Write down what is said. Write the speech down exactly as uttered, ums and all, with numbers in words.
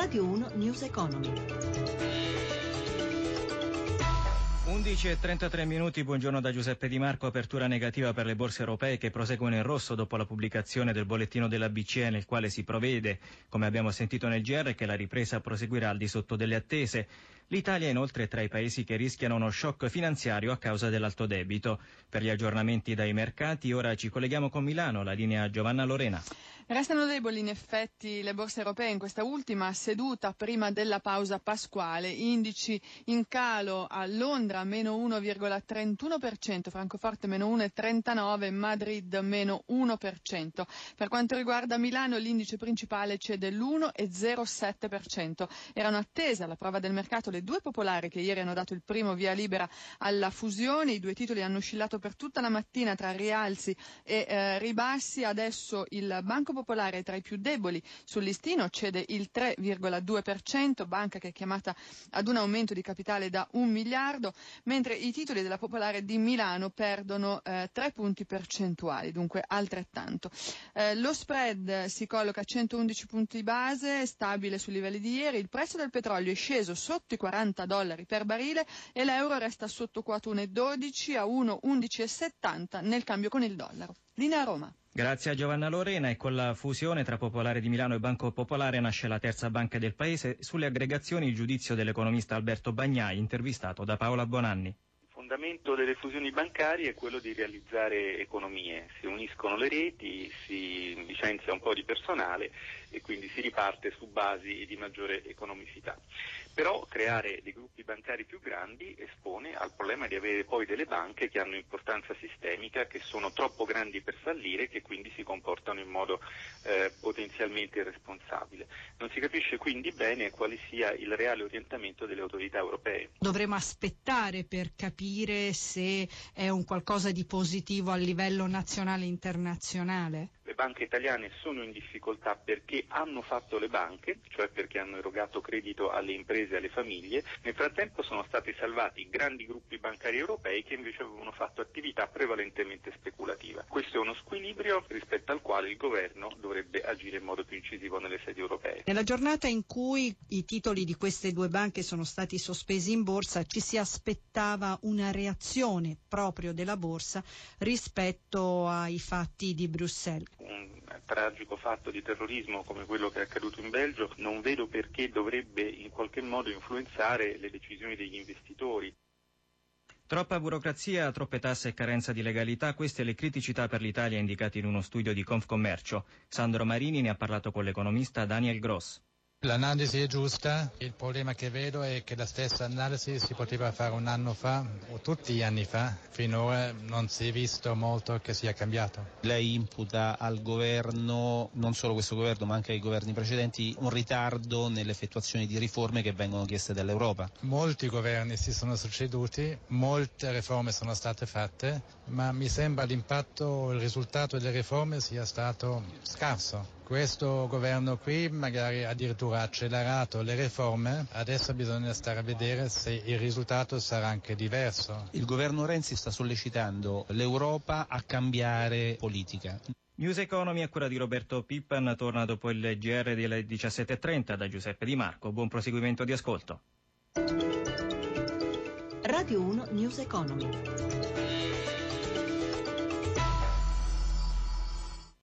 Radio uno News Economy. undici e trentatré minuti, buongiorno da Giuseppe Di Marco. Apertura negativa per le borse europee che proseguono in rosso dopo la pubblicazione del bollettino della B C E nel quale si provvede, come abbiamo sentito nel G R, che la ripresa proseguirà al di sotto delle attese. L'Italia è inoltre tra i paesi che rischiano uno shock finanziario a causa dell'alto debito. Per gli aggiornamenti dai mercati ora ci colleghiamo con Milano, la linea Giovanna Lorena. Restano deboli in effetti le borse europee in questa ultima seduta prima della pausa pasquale. Indici in calo a Londra meno uno virgola trentuno per cento, Francoforte meno uno virgola trentanove per cento, Madrid meno uno per cento. Per quanto riguarda Milano l'indice principale cede l'uno virgola zero sette per cento. Erano attese alla prova del mercato le due popolari che ieri hanno dato il primo via libera alla fusione. I due titoli hanno oscillato per tutta la mattina tra rialzi e eh, ribassi. Adesso il Banco Popolare è tra i più deboli sul listino, cede il tre virgola due per cento, banca che è chiamata ad un aumento di capitale da un miliardo, mentre i titoli della Popolare di Milano perdono eh, tre punti percentuali, dunque altrettanto. Eh, lo spread si colloca a centoundici punti base, stabile sui livelli di ieri. Il prezzo del petrolio è sceso sotto i quaranta dollari per barile e l'euro resta sotto quota uno virgola dodici a uno virgola undici settanta nel cambio con il dollaro. Linea Roma. Grazie a Giovanna Lorena. E con la fusione tra Popolare di Milano e Banco Popolare nasce la terza banca del paese. Sulle aggregazioni il giudizio dell'economista Alberto Bagnai, intervistato da Paola Bonanni. Il fondamento delle fusioni bancarie è quello di realizzare economie, si uniscono le reti, si licenzia un po' di personale e quindi si riparte su basi di maggiore economicità. Però creare dei gruppi bancari più grandi espone al problema di avere poi delle banche che hanno importanza sistemica, che sono troppo grandi per fallire e che quindi si comportano in modo eh, potenzialmente irresponsabile. Non si capisce quindi bene quale sia il reale orientamento delle autorità europee. Dovremo aspettare per capire se è un qualcosa di positivo a livello nazionale e internazionale. Le banche italiane sono in difficoltà perché hanno fatto le banche, cioè perché hanno erogato credito alle imprese e alle famiglie. Nel frattempo sono stati salvati grandi gruppi bancari europei che invece avevano fatto attività prevalentemente speculativa. Questo è uno squilibrio rispetto al quale il governo dovrebbe agire in modo più incisivo nelle sedi europee. Nella giornata in cui i titoli di queste due banche sono stati sospesi in borsa, ci si aspettava una reazione proprio della borsa rispetto ai fatti di Bruxelles. Un tragico fatto di terrorismo come quello che è accaduto in Belgio non vedo perché dovrebbe in qualche modo influenzare le decisioni degli investitori. Troppa burocrazia, troppe tasse e carenza di legalità, queste le criticità per l'Italia indicate in uno studio di Confcommercio. Sandro Marini ne ha parlato con l'economista Daniel Gross. L'analisi è giusta, il problema che vedo è che la stessa analisi si poteva fare un anno fa o tutti gli anni fa, finora non si è visto molto che sia cambiato. Lei imputa al governo, non solo questo governo ma anche ai governi precedenti, un ritardo nell'effettuazione di riforme che vengono chieste dall'Europa. Molti governi si sono succeduti, molte riforme sono state fatte, ma mi sembra l'impatto, il risultato delle riforme sia stato scarso. Questo governo qui magari addirittura ha accelerato le riforme, adesso bisogna stare a vedere se il risultato sarà anche diverso. Il governo Renzi sta sollecitando l'Europa a cambiare politica. News Economy a cura di Roberto Pippan torna dopo il G R delle diciassette e trenta da Giuseppe Di Marco. Buon proseguimento di ascolto. Radio uno News Economy.